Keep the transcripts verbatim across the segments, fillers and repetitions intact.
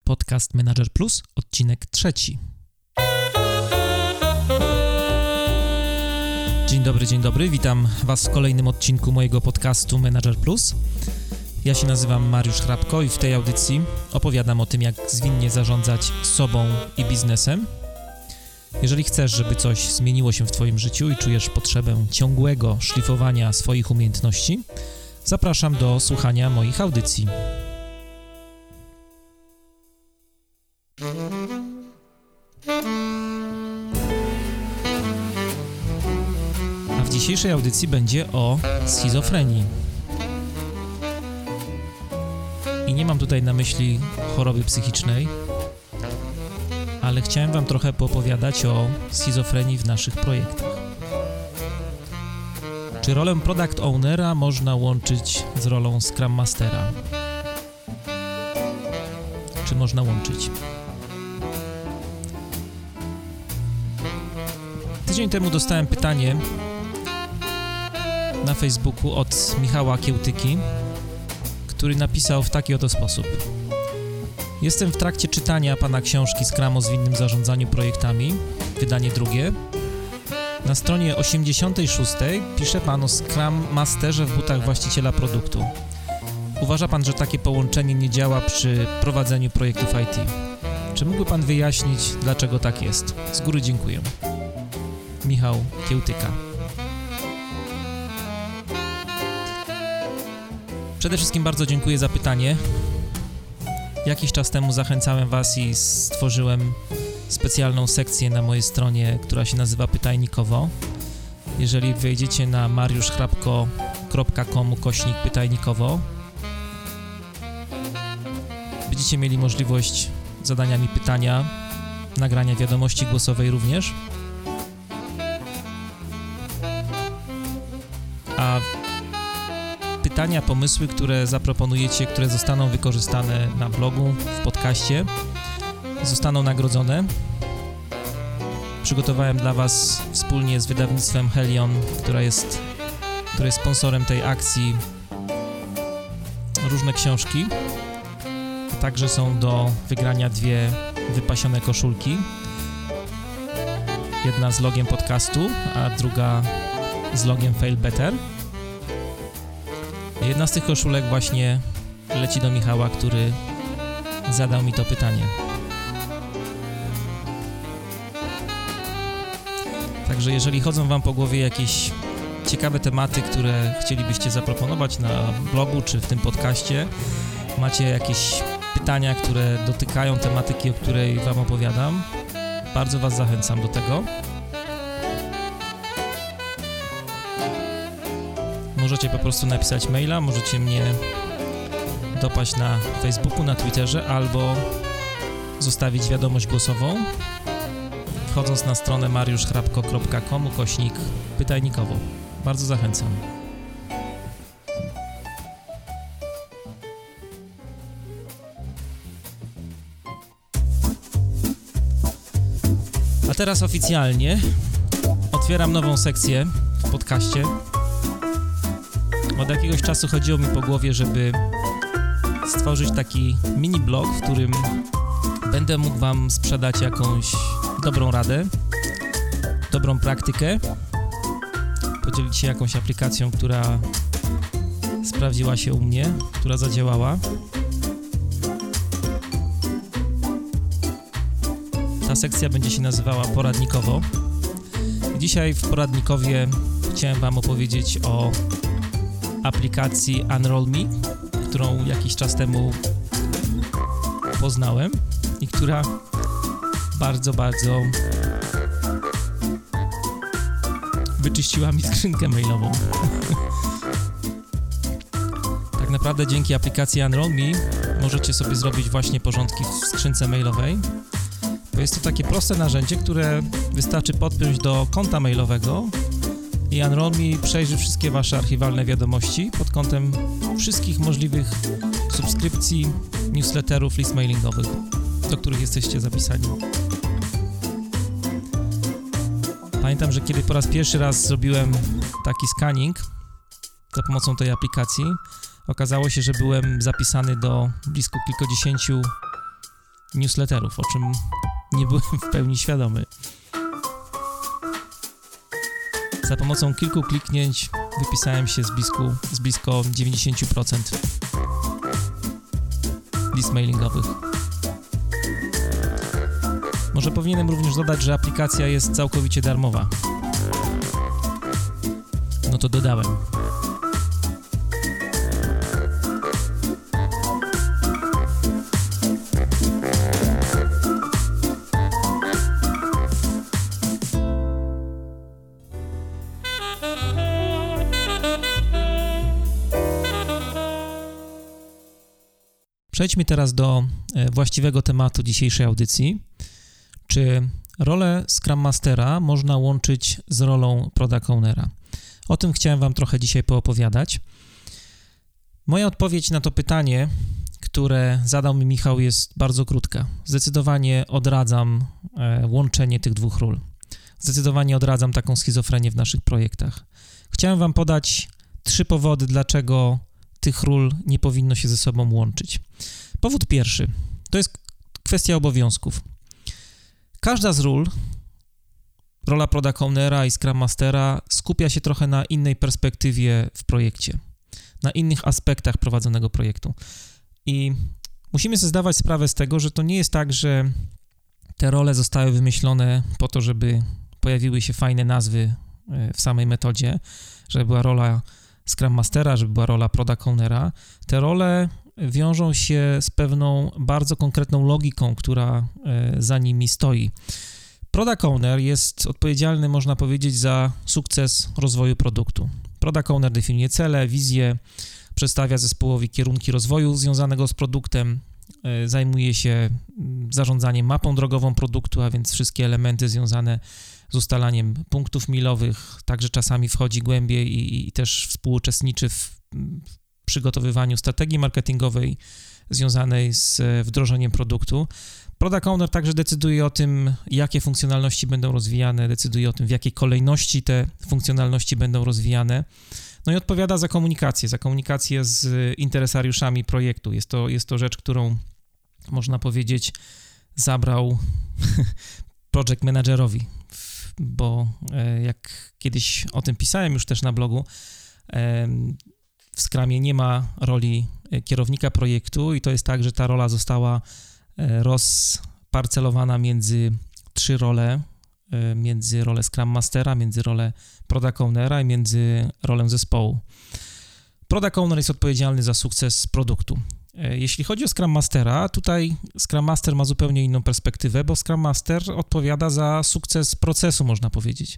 Podcast Manager Plus, odcinek trzeci. Dzień dobry, dzień dobry, witam Was w kolejnym odcinku mojego podcastu Manager Plus. Ja się nazywam Mariusz Hrabko i w tej audycji opowiadam o tym, jak zwinnie zarządzać sobą i biznesem. Jeżeli chcesz, żeby coś zmieniło się w Twoim życiu i czujesz potrzebę ciągłego szlifowania swoich umiejętności, zapraszam do słuchania moich audycji. A w dzisiejszej audycji będzie o schizofrenii. I nie mam tutaj na myśli choroby psychicznej, ale chciałem Wam trochę poopowiadać o schizofrenii w naszych projektach. Czy rolę Product Ownera można łączyć z rolą Scrum Mastera? Czy można łączyć? Tydzień temu dostałem pytanie na Facebooku od Michała Kiełtyki, który napisał w taki oto sposób. Jestem w trakcie czytania Pana książki Scrum o zwinnym zarządzaniu projektami, wydanie drugie. Na stronie osiemdziesiątej szóstej pisze Pan o Scrum Masterze w butach właściciela produktu. Uważa Pan, że takie połączenie nie działa przy prowadzeniu projektów I T. Czy mógłby Pan wyjaśnić, dlaczego tak jest? Z góry dziękuję. Michał Kiełtyka. Przede wszystkim bardzo dziękuję za pytanie. Jakiś czas temu zachęcałem Was i stworzyłem specjalną sekcję na mojej stronie, która się nazywa Pytajnikowo. Jeżeli wejdziecie na mariuszchrabko kropka com ukośnik pytajnikowo, będziecie mieli możliwość zadania mi pytania, nagrania wiadomości głosowej również. A pytania, pomysły, które zaproponujecie, które zostaną wykorzystane na blogu, w podcaście, zostaną nagrodzone. Przygotowałem dla Was wspólnie z wydawnictwem Helion, która jest, które jest sponsorem tej akcji, różne książki. A także są do wygrania dwie wypasione koszulki. Jedna z logiem podcastu, a druga z logiem Fail Better. Jedna z tych koszulek właśnie leci do Michała, który zadał mi to pytanie. Także jeżeli chodzą Wam po głowie jakieś ciekawe tematy, które chcielibyście zaproponować na blogu czy w tym podcaście, macie jakieś pytania, które dotykają tematyki, o której Wam opowiadam, bardzo Was zachęcam do tego. Możecie po prostu napisać maila, możecie mnie dopaść na Facebooku, na Twitterze albo zostawić wiadomość głosową, wchodząc na stronę mariuszchrabko kropka com ukośnik pytajnikowo. Bardzo zachęcam. A teraz oficjalnie otwieram nową sekcję w podcaście. Od jakiegoś czasu chodziło mi po głowie, żeby stworzyć taki mini blog, w którym będę mógł Wam sprzedać jakąś dobrą radę, dobrą praktykę, podzielić się jakąś aplikacją, która sprawdziła się u mnie, która zadziałała. Ta sekcja będzie się nazywała Poradnikowo. Dzisiaj w Poradnikowie chciałem Wam opowiedzieć o aplikacji Unroll Me, którą jakiś czas temu poznałem i która bardzo, bardzo wyczyściła mi skrzynkę mailową. Tak naprawdę dzięki aplikacji Unroll Me możecie sobie zrobić właśnie porządki w skrzynce mailowej, bo jest to takie proste narzędzie, które wystarczy podpiąć do konta mailowego i Unroll Me przejrzy wszystkie Wasze archiwalne wiadomości pod kątem wszystkich możliwych subskrypcji, newsletterów, list mailingowych, do których jesteście zapisani. Pamiętam, że kiedy po raz pierwszy raz zrobiłem taki scanning za pomocą tej aplikacji, okazało się, że byłem zapisany do blisko kilkudziesięciu newsletterów, o czym nie byłem w pełni świadomy. Za pomocą kilku kliknięć wypisałem się z blisko, z blisko dziewięćdziesiąt procent list mailingowych. Może powinienem również dodać, że aplikacja jest całkowicie darmowa. No to dodałem. Przejdźmy teraz do właściwego tematu dzisiejszej audycji. Czy rolę Scrum Mastera można łączyć z rolą Product Ownera? O tym chciałem Wam trochę dzisiaj poopowiadać. Moja odpowiedź na to pytanie, które zadał mi Michał, jest bardzo krótka. Zdecydowanie odradzam łączenie tych dwóch ról. Zdecydowanie odradzam taką schizofrenię w naszych projektach. Chciałem Wam podać trzy powody, dlaczego tych ról nie powinno się ze sobą łączyć. Powód pierwszy to jest kwestia obowiązków. Każda z ról, rola Product Ownera i Scrum Mastera, skupia się trochę na innej perspektywie w projekcie, na innych aspektach prowadzonego projektu. I musimy sobie zdawać sprawę z tego, że to nie jest tak, że te role zostały wymyślone po to, żeby pojawiły się fajne nazwy w samej metodzie, żeby była rola Scrum Mastera, żeby była rola Product Ownera. Te role wiążą się z pewną bardzo konkretną logiką, która za nimi stoi. Product Owner jest odpowiedzialny, można powiedzieć, za sukces rozwoju produktu. Product Owner definiuje cele, wizje, przedstawia zespołowi kierunki rozwoju związanego z produktem, zajmuje się zarządzaniem mapą drogową produktu, a więc wszystkie elementy związane z ustalaniem punktów milowych, także czasami wchodzi głębiej i, i też współuczestniczy w przygotowywaniu strategii marketingowej związanej z wdrożeniem produktu. Product Owner także decyduje o tym, jakie funkcjonalności będą rozwijane, decyduje o tym, w jakiej kolejności te funkcjonalności będą rozwijane, no i odpowiada za komunikację, za komunikację z interesariuszami projektu. Jest to, jest to rzecz, którą można powiedzieć zabrał project managerowi, bo jak kiedyś o tym pisałem już też na blogu, w Scrumie nie ma roli kierownika projektu i to jest tak, że ta rola została rozparcelowana między trzy role, między rolę Scrum Mastera, między rolę Product Ownera i między rolę zespołu. Product Owner jest odpowiedzialny za sukces produktu. Jeśli chodzi o Scrum Mastera, tutaj Scrum Master ma zupełnie inną perspektywę, bo Scrum Master odpowiada za sukces procesu, można powiedzieć.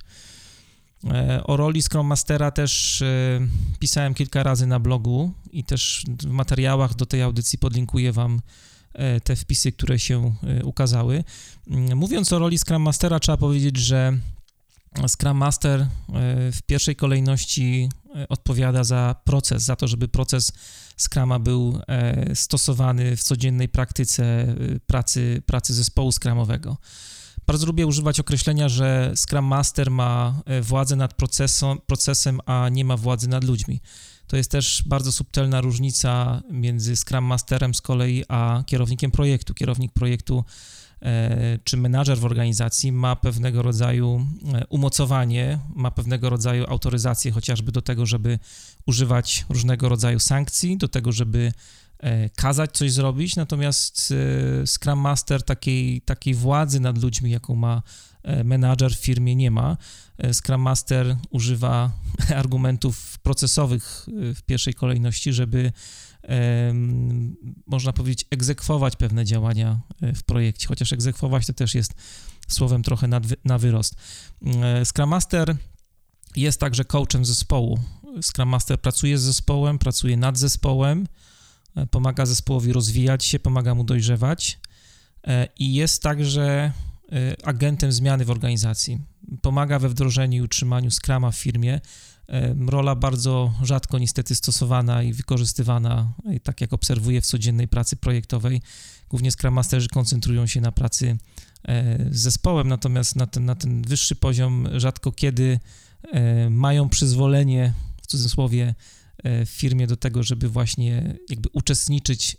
O roli Scrum Mastera też pisałem kilka razy na blogu i też w materiałach do tej audycji podlinkuję Wam te wpisy, które się ukazały. Mówiąc o roli Scrum Mastera, trzeba powiedzieć, że Scrum Master w pierwszej kolejności odpowiada za proces, za to, żeby proces Scruma był stosowany w codziennej praktyce pracy, pracy zespołu Scrumowego. Bardzo lubię używać określenia, że Scrum Master ma władzę nad procesem, procesem, a nie ma władzy nad ludźmi. To jest też bardzo subtelna różnica między Scrum Masterem z kolei a kierownikiem projektu. Kierownik projektu e, czy menadżer w organizacji ma pewnego rodzaju umocowanie, ma pewnego rodzaju autoryzację chociażby do tego, żeby używać różnego rodzaju sankcji, do tego, żeby e, kazać coś zrobić, natomiast e, Scrum Master takiej, takiej władzy nad ludźmi, jaką ma menadżer w firmie, nie ma. Scrum Master używa argumentów procesowych w pierwszej kolejności, żeby e, można powiedzieć egzekwować pewne działania w projekcie, chociaż egzekwować to też jest słowem trochę na, na wyrost. Scrum Master jest także coachem zespołu. Scrum Master pracuje z zespołem, pracuje nad zespołem, pomaga zespołowi rozwijać się, pomaga mu dojrzewać e, i jest także agentem zmiany w organizacji. Pomaga we wdrożeniu i utrzymaniu Scruma w firmie. Rola bardzo rzadko niestety stosowana i wykorzystywana, tak jak obserwuję w codziennej pracy projektowej. Głównie Scrum Masterzy koncentrują się na pracy z zespołem, natomiast na ten, na ten wyższy poziom rzadko kiedy mają przyzwolenie, w cudzysłowie, w firmie do tego, żeby właśnie jakby uczestniczyć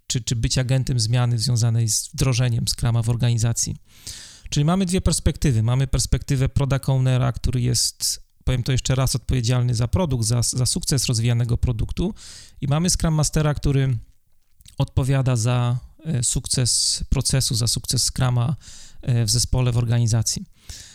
czy, czy być agentem zmiany związanej z wdrożeniem Scruma w organizacji. Czyli mamy dwie perspektywy. Mamy perspektywę product ownera, który jest, powiem to jeszcze raz, odpowiedzialny za produkt, za, za sukces rozwijanego produktu i mamy Scrum Mastera, który odpowiada za sukces procesu, za sukces Scruma w zespole, w organizacji.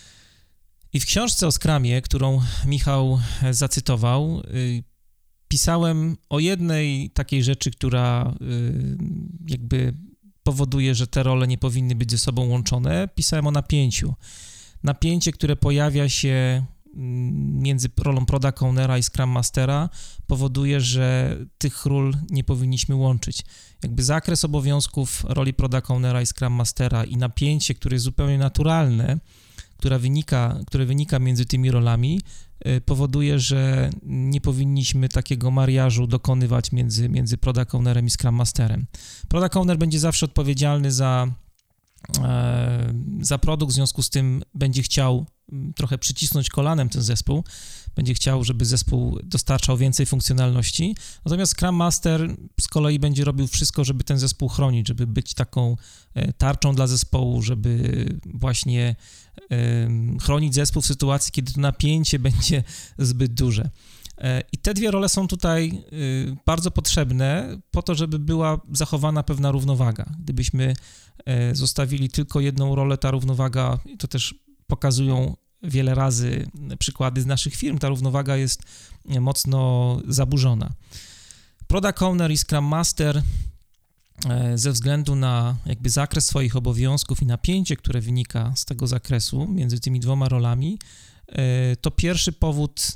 I w książce o Scrumie, którą Michał zacytował, pisałem o jednej takiej rzeczy, która jakby powoduje, że te role nie powinny być ze sobą łączone. Pisałem o napięciu. Napięcie, które pojawia się między rolą product ownera i Scrum Mastera, powoduje, że tych ról nie powinniśmy łączyć. Jakby zakres obowiązków roli product ownera i Scrum Mastera i napięcie, które jest zupełnie naturalne, które wynika, które wynika między tymi rolami, powoduje, że nie powinniśmy takiego mariażu dokonywać między, między product ownerem i Scrum Masterem. Product owner będzie zawsze odpowiedzialny za, e, za produkt, w związku z tym będzie chciał trochę przycisnąć kolanem ten zespół, będzie chciał, żeby zespół dostarczał więcej funkcjonalności, natomiast Scrum Master z kolei będzie robił wszystko, żeby ten zespół chronić, żeby być taką tarczą dla zespołu, żeby właśnie um, chronić zespół w sytuacji, kiedy to napięcie będzie zbyt duże. I te dwie role są tutaj bardzo potrzebne po to, żeby była zachowana pewna równowaga. Gdybyśmy zostawili tylko jedną rolę, ta równowaga, to też pokazują wiele razy przykłady z naszych firm, ta równowaga jest mocno zaburzona. Product Owner i Scrum Master ze względu na jakby zakres swoich obowiązków i napięcie, które wynika z tego zakresu między tymi dwoma rolami, to pierwszy powód,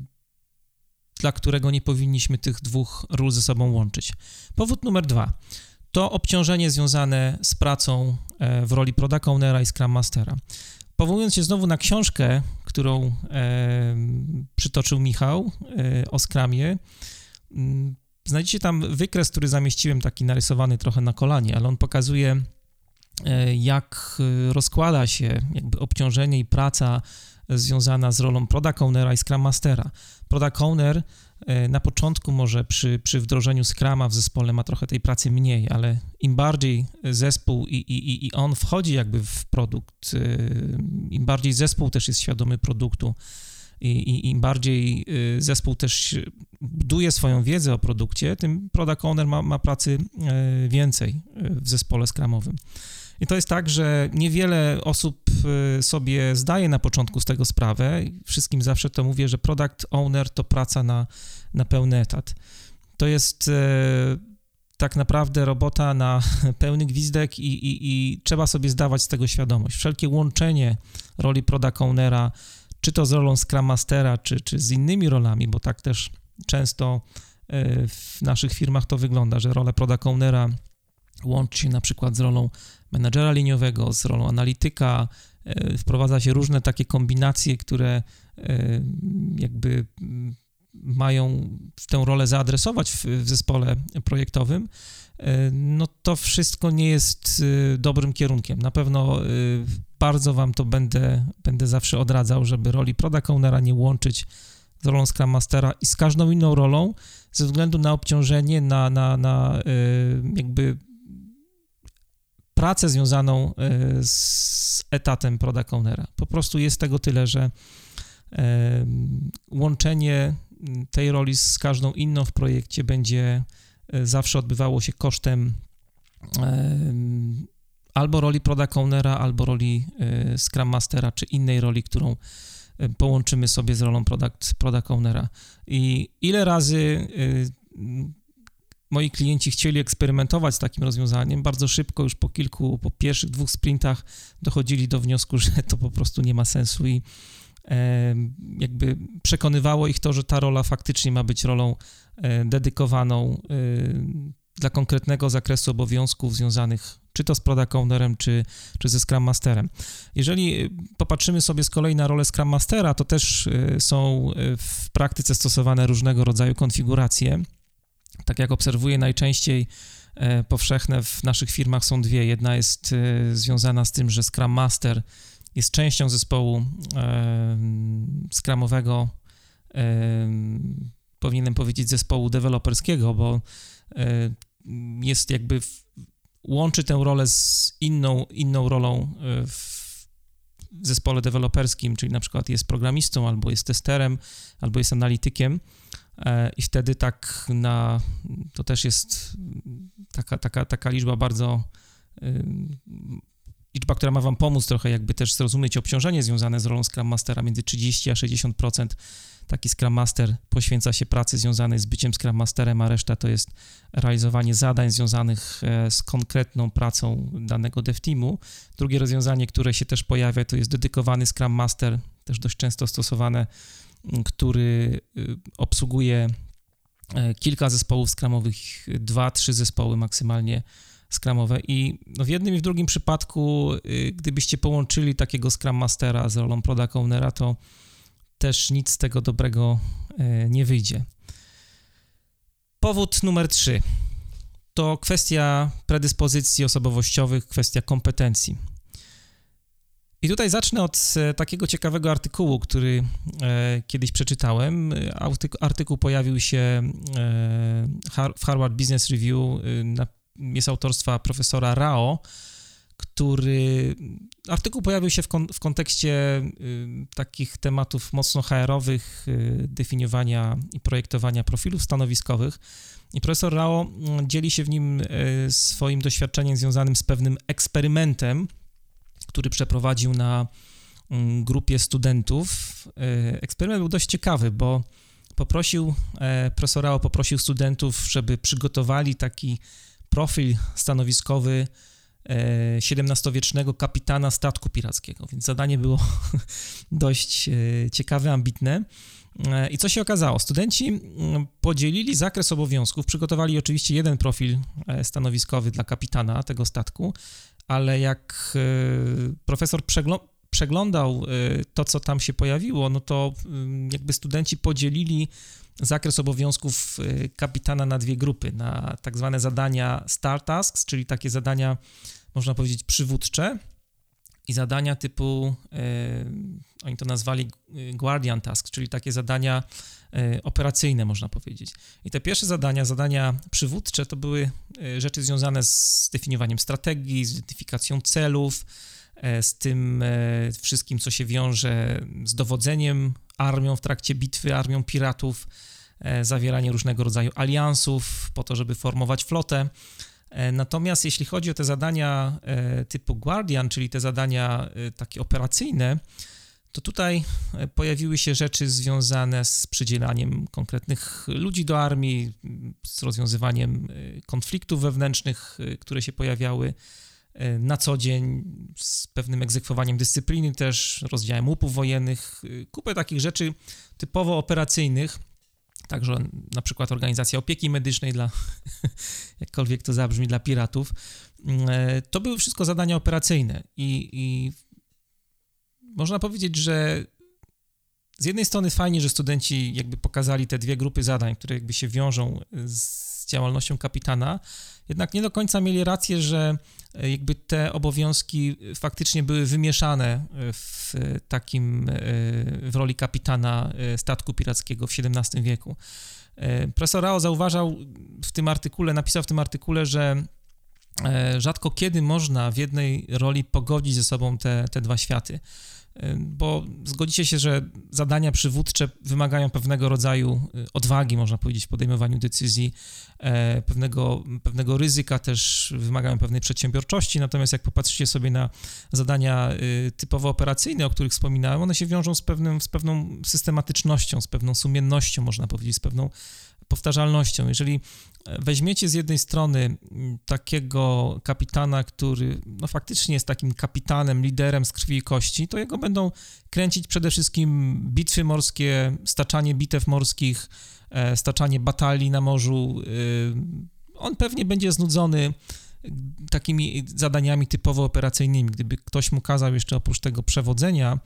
dla którego nie powinniśmy tych dwóch ról ze sobą łączyć. Powód numer dwa to obciążenie związane z pracą w roli Product Ownera i Scrum Mastera. Powołując się znowu na książkę, którą e, przytoczył Michał e, o Scrumie, m, znajdziecie tam wykres, który zamieściłem, taki narysowany trochę na kolanie, ale on pokazuje, e, jak rozkłada się jakby obciążenie i praca związana z rolą Product Ownera i Scrum Mastera. Product Owner e, na początku może przy, przy wdrożeniu Scruma w zespole ma trochę tej pracy mniej, ale im bardziej zespół i, i, i on wchodzi jakby w produkt, e, im bardziej zespół też jest świadomy produktu i, i im bardziej zespół też buduje swoją wiedzę o produkcie, tym Product Owner ma, ma pracy e, więcej w zespole Scrumowym. I to jest tak, że niewiele osób sobie zdaje na początku z tego sprawę. Wszystkim zawsze to mówię, że product owner to praca na, na pełny etat. To jest e, tak naprawdę robota na pełny gwizdek i, i, i trzeba sobie zdawać z tego świadomość. Wszelkie łączenie roli product ownera, czy to z rolą Scrum Mastera, czy, czy z innymi rolami, bo tak też często e, w naszych firmach to wygląda, że rolę product ownera łączy się na przykład z rolą menadżera liniowego, z rolą analityka, wprowadza się różne takie kombinacje, które jakby mają tę rolę zaadresować w, w zespole projektowym, no to wszystko nie jest dobrym kierunkiem. Na pewno bardzo wam to będę, będę zawsze odradzał, żeby roli product ownera nie łączyć z rolą Scrum Mastera i z każdą inną rolą ze względu na obciążenie, na, na, na jakby pracę związaną z etatem product ownera. Po prostu jest tego tyle, że e, łączenie tej roli z każdą inną w projekcie będzie zawsze odbywało się kosztem e, albo roli product ownera, albo roli e, Scrum Mastera, czy innej roli, którą połączymy sobie z rolą product, product ownera. I ile razy e, moi klienci chcieli eksperymentować z takim rozwiązaniem, bardzo szybko, już po kilku, po pierwszych dwóch sprintach dochodzili do wniosku, że to po prostu nie ma sensu i e, jakby przekonywało ich to, że ta rola faktycznie ma być rolą e, dedykowaną e, dla konkretnego zakresu obowiązków związanych czy to z Product Ownerem, czy, czy ze Scrum Masterem. Jeżeli popatrzymy sobie z kolei na rolę Scrum Mastera, to też e, są w praktyce stosowane różnego rodzaju konfiguracje. Tak jak obserwuję, najczęściej e, powszechne w naszych firmach są dwie. Jedna jest e, związana z tym, że Scrum Master jest częścią zespołu e, scrumowego, e, powinienem powiedzieć zespołu deweloperskiego, bo e, jest jakby, w, łączy tę rolę z inną, inną rolą w w zespole deweloperskim, czyli na przykład jest programistą, albo jest testerem, albo jest analitykiem i wtedy tak na, to też jest taka, taka, taka liczba bardzo, liczba, która ma wam pomóc trochę jakby też zrozumieć obciążenie związane z rolą Scrum Mastera, między trzydzieści a sześćdziesiąt procent taki Scrum Master poświęca się pracy związanej z byciem Scrum Masterem, a reszta to jest realizowanie zadań związanych z konkretną pracą danego dev teamu. Drugie rozwiązanie, które się też pojawia, to jest dedykowany Scrum Master, też dość często stosowane, który obsługuje kilka zespołów scrumowych, dwa, trzy zespoły maksymalnie scrumowe i no w jednym i w drugim przypadku, gdybyście połączyli takiego Scrum Mastera z rolą Product Ownera, to też nic z tego dobrego nie wyjdzie. Powód numer trzy to kwestia predyspozycji osobowościowych, kwestia kompetencji. I tutaj zacznę od takiego ciekawego artykułu, który kiedyś przeczytałem. Artykuł pojawił się w Harvard Business Review, jest autorstwa profesora Rao, który artykuł pojawił się w, kon, w kontekście y, takich tematów mocno H R-owych, y, definiowania i projektowania profilów stanowiskowych. I profesor Rao y, dzieli się w nim y, swoim doświadczeniem związanym z pewnym eksperymentem, który przeprowadził na y, grupie studentów. Y, eksperyment był dość ciekawy, bo poprosił, y, profesor Rao poprosił studentów, żeby przygotowali taki profil stanowiskowy siedemnastowiecznego kapitana statku pirackiego, więc zadanie było dość ciekawe, ambitne. I co się okazało? Studenci podzielili zakres obowiązków, przygotowali oczywiście jeden profil stanowiskowy dla kapitana tego statku, ale jak profesor przeglą- przeglądał to, co tam się pojawiło, no to jakby studenci podzielili zakres obowiązków kapitana na dwie grupy, na tak zwane zadania star tasks, czyli takie zadania, można powiedzieć, przywódcze i zadania typu, e, oni to nazwali guardian task, czyli takie zadania e, operacyjne, można powiedzieć. I te pierwsze zadania, zadania przywódcze, to były e, rzeczy związane z definiowaniem strategii, z identyfikacją celów, e, z tym e, wszystkim, co się wiąże z dowodzeniem armią w trakcie bitwy, armią piratów, e, zawieranie różnego rodzaju aliansów po to, żeby formować flotę. Natomiast jeśli chodzi o te zadania typu Guardian, czyli te zadania takie operacyjne, to tutaj pojawiły się rzeczy związane z przydzielaniem konkretnych ludzi do armii, z rozwiązywaniem konfliktów wewnętrznych, które się pojawiały na co dzień, z pewnym egzekwowaniem dyscypliny też, rozdziałem łupów wojennych, kupę takich rzeczy typowo operacyjnych. Także na przykład organizacja opieki medycznej dla, jakkolwiek to zabrzmi, dla piratów. To były wszystko zadania operacyjne i, i można powiedzieć, że z jednej strony fajnie, że studenci jakby pokazali te dwie grupy zadań, które jakby się wiążą z działalnością kapitana, jednak nie do końca mieli rację, że jakby te obowiązki faktycznie były wymieszane w takim, w roli kapitana statku pirackiego w siedemnastym wieku. Profesor Rao zauważał w tym artykule, napisał w tym artykule, że rzadko kiedy można w jednej roli pogodzić ze sobą te, te dwa światy, bo zgodzicie się, że zadania przywódcze wymagają pewnego rodzaju odwagi, można powiedzieć, w podejmowaniu decyzji, pewnego, pewnego ryzyka też wymagają pewnej przedsiębiorczości, natomiast jak popatrzycie sobie na zadania typowo operacyjne, o których wspominałem, one się wiążą z, pewnym, z pewną systematycznością, z pewną sumiennością, można powiedzieć, z pewną powtarzalnością. Jeżeli weźmiecie z jednej strony takiego kapitana, który no faktycznie jest takim kapitanem, liderem z krwi i kości, to jego będą kręcić przede wszystkim bitwy morskie, staczanie bitew morskich, staczanie batalii na morzu. On pewnie będzie znudzony takimi zadaniami typowo operacyjnymi. Gdyby ktoś mu kazał jeszcze oprócz tego przewodzenia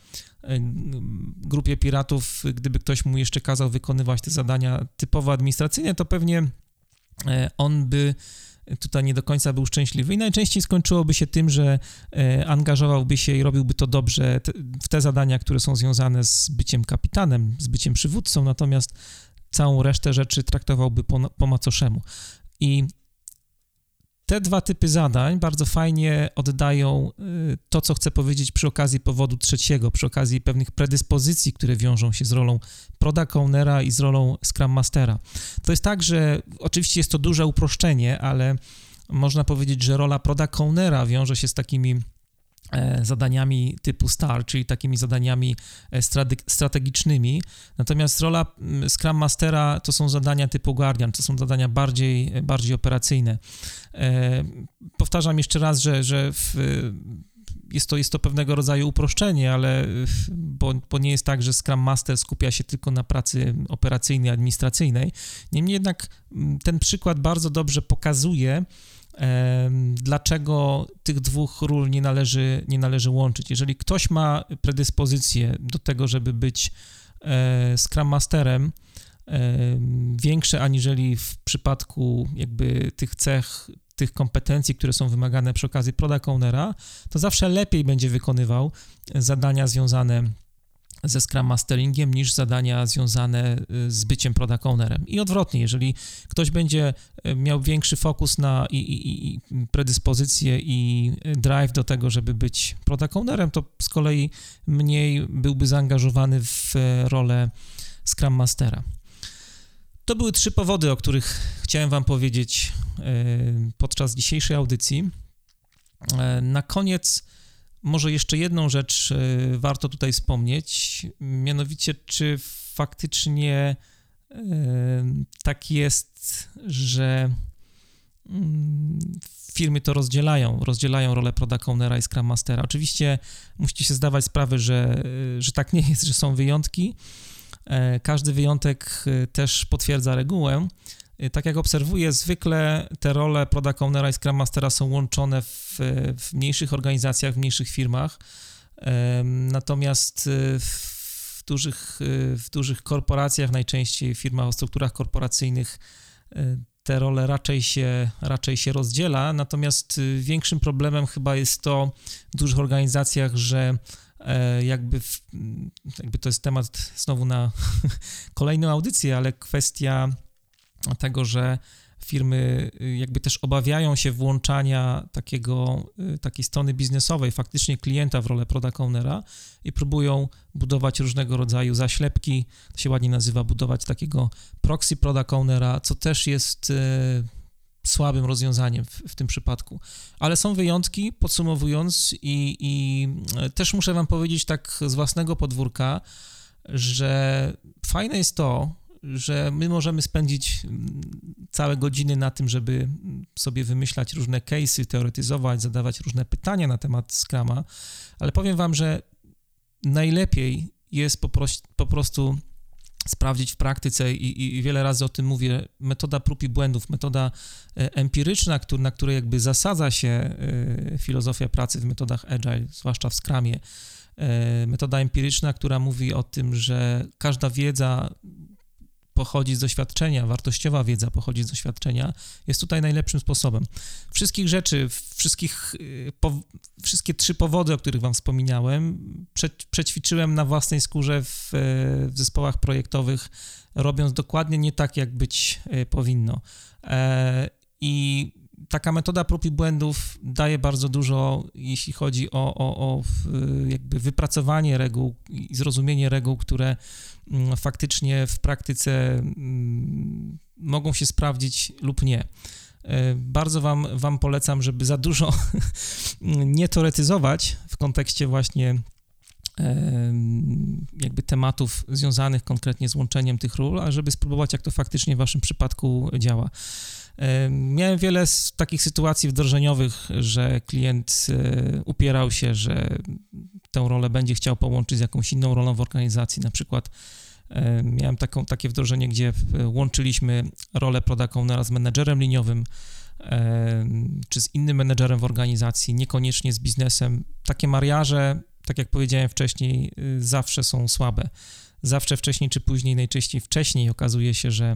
grupie piratów, gdyby ktoś mu jeszcze kazał wykonywać te zadania typowo administracyjne, to pewnie on by tutaj nie do końca był szczęśliwy i najczęściej skończyłoby się tym, że angażowałby się i robiłby to dobrze w te zadania, które są związane z byciem kapitanem, z byciem przywódcą, natomiast całą resztę rzeczy traktowałby po, po macoszemu. I Te dwa typy zadań bardzo fajnie oddają to, co chcę powiedzieć przy okazji powodu trzeciego, przy okazji pewnych predyspozycji, które wiążą się z rolą Product Ownera i z rolą Scrum Mastera. To jest tak, że oczywiście jest to duże uproszczenie, ale można powiedzieć, że rola Product Ownera wiąże się z takimi zadaniami typu STAR, czyli takimi zadaniami strategicznymi, natomiast rola Scrum Mastera to są zadania typu Guardian, to są zadania bardziej, bardziej operacyjne. Powtarzam jeszcze raz, że, że w, jest, to, jest to pewnego rodzaju uproszczenie, ale bo, bo nie jest tak, że Scrum Master skupia się tylko na pracy operacyjnej, administracyjnej. Niemniej jednak ten przykład bardzo dobrze pokazuje, dlaczego tych dwóch ról nie należy, nie należy łączyć. Jeżeli ktoś ma predyspozycję do tego, żeby być Scrum Masterem, większe aniżeli w przypadku jakby tych cech, tych kompetencji, które są wymagane przy okazji Product Ownera, to zawsze lepiej będzie wykonywał zadania związane ze Scrum Masteringiem niż zadania związane z byciem Product Ownerem. I odwrotnie, jeżeli ktoś będzie miał większy fokus na i, i, i predyspozycję i drive do tego, żeby być Product Ownerem, to z kolei mniej byłby zaangażowany w rolę Scrum Mastera. To były trzy powody, o których chciałem Wam powiedzieć podczas dzisiejszej audycji. Na koniec może jeszcze jedną rzecz warto tutaj wspomnieć, mianowicie czy faktycznie tak jest, że firmy to rozdzielają, rozdzielają rolę Product Ownera i Scrum Mastera. Oczywiście musicie się zdawać sprawę, że, że tak nie jest, że są wyjątki. Każdy wyjątek też potwierdza regułę. Tak jak obserwuję, zwykle te role Product Ownera i Scrum Mastera są łączone w, w mniejszych organizacjach, w mniejszych firmach, natomiast w dużych, w dużych korporacjach, najczęściej w firmach o strukturach korporacyjnych, te role raczej się, raczej się rozdziela, natomiast większym problemem chyba jest to w dużych organizacjach, że jakby, w, jakby to jest temat znowu na kolejną audycję, ale kwestia tego, że firmy jakby też obawiają się włączania takiego, takiej strony biznesowej, faktycznie klienta w rolę Product Ownera i próbują budować różnego rodzaju zaślepki, to się ładnie nazywa, budować takiego proxy Product Ownera, co też jest e, słabym rozwiązaniem w, w tym przypadku. Ale są wyjątki, podsumowując i, i też muszę Wam powiedzieć tak z własnego podwórka, że fajne jest to, że my możemy spędzić całe godziny na tym, żeby sobie wymyślać różne case'y, teoretyzować, zadawać różne pytania na temat Scruma, ale powiem Wam, że najlepiej jest po, proś, po prostu sprawdzić w praktyce i, i wiele razy o tym mówię, metoda prób i błędów, metoda empiryczna, który, na której jakby zasadza się filozofia pracy w metodach Agile, zwłaszcza w Scrumie, metoda empiryczna, która mówi o tym, że każda wiedza pochodzi z doświadczenia, wartościowa wiedza pochodzi z doświadczenia, jest tutaj najlepszym sposobem. Wszystkich rzeczy, wszystkich, po, wszystkie trzy powody, o których Wam wspominałem, prze, przećwiczyłem na własnej skórze w, w zespołach projektowych, robiąc dokładnie nie tak, jak być powinno. E, I taka metoda prób i błędów daje bardzo dużo, jeśli chodzi o, o, o jakby wypracowanie reguł i zrozumienie reguł, które faktycznie w praktyce mogą się sprawdzić lub nie. Bardzo wam, wam polecam, żeby za dużo nie teoretyzować w kontekście właśnie jakby tematów związanych konkretnie z łączeniem tych ról, a żeby spróbować, jak to faktycznie w waszym przypadku działa. Miałem wiele z takich sytuacji wdrożeniowych, że klient upierał się, że tę rolę będzie chciał połączyć z jakąś inną rolą w organizacji. Na przykład miałem taką, takie wdrożenie, gdzie łączyliśmy rolę Product Ownera z menedżerem liniowym czy z innym menedżerem w organizacji, niekoniecznie z biznesem. Takie mariaże, tak jak powiedziałem wcześniej, zawsze są słabe. Zawsze wcześniej czy później, najczęściej wcześniej okazuje się, że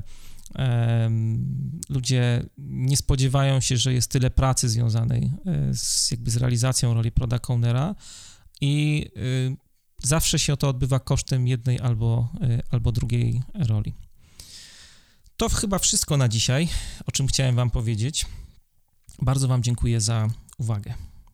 ludzie nie spodziewają się, że jest tyle pracy związanej z, jakby z realizacją roli Product Ownera i zawsze się to odbywa kosztem jednej albo, albo drugiej roli. To chyba wszystko na dzisiaj, o czym chciałem Wam powiedzieć. Bardzo Wam dziękuję za uwagę.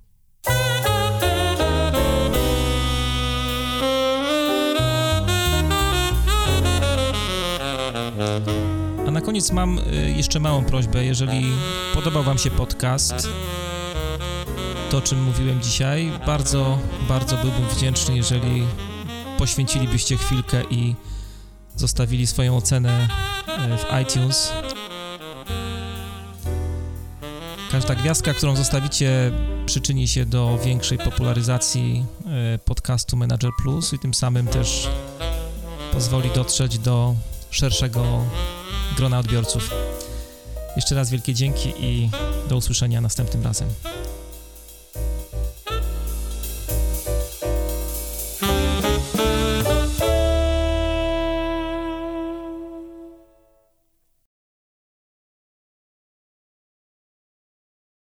A na koniec mam jeszcze małą prośbę. Jeżeli podobał Wam się podcast, to o czym mówiłem dzisiaj, bardzo, bardzo byłbym wdzięczny, jeżeli poświęcilibyście chwilkę i zostawili swoją ocenę w iTunes. Każda gwiazdka, którą zostawicie, przyczyni się do większej popularyzacji podcastu Manager Plus i tym samym też pozwoli dotrzeć do szerszego grona odbiorców. Jeszcze raz wielkie dzięki i do usłyszenia następnym razem.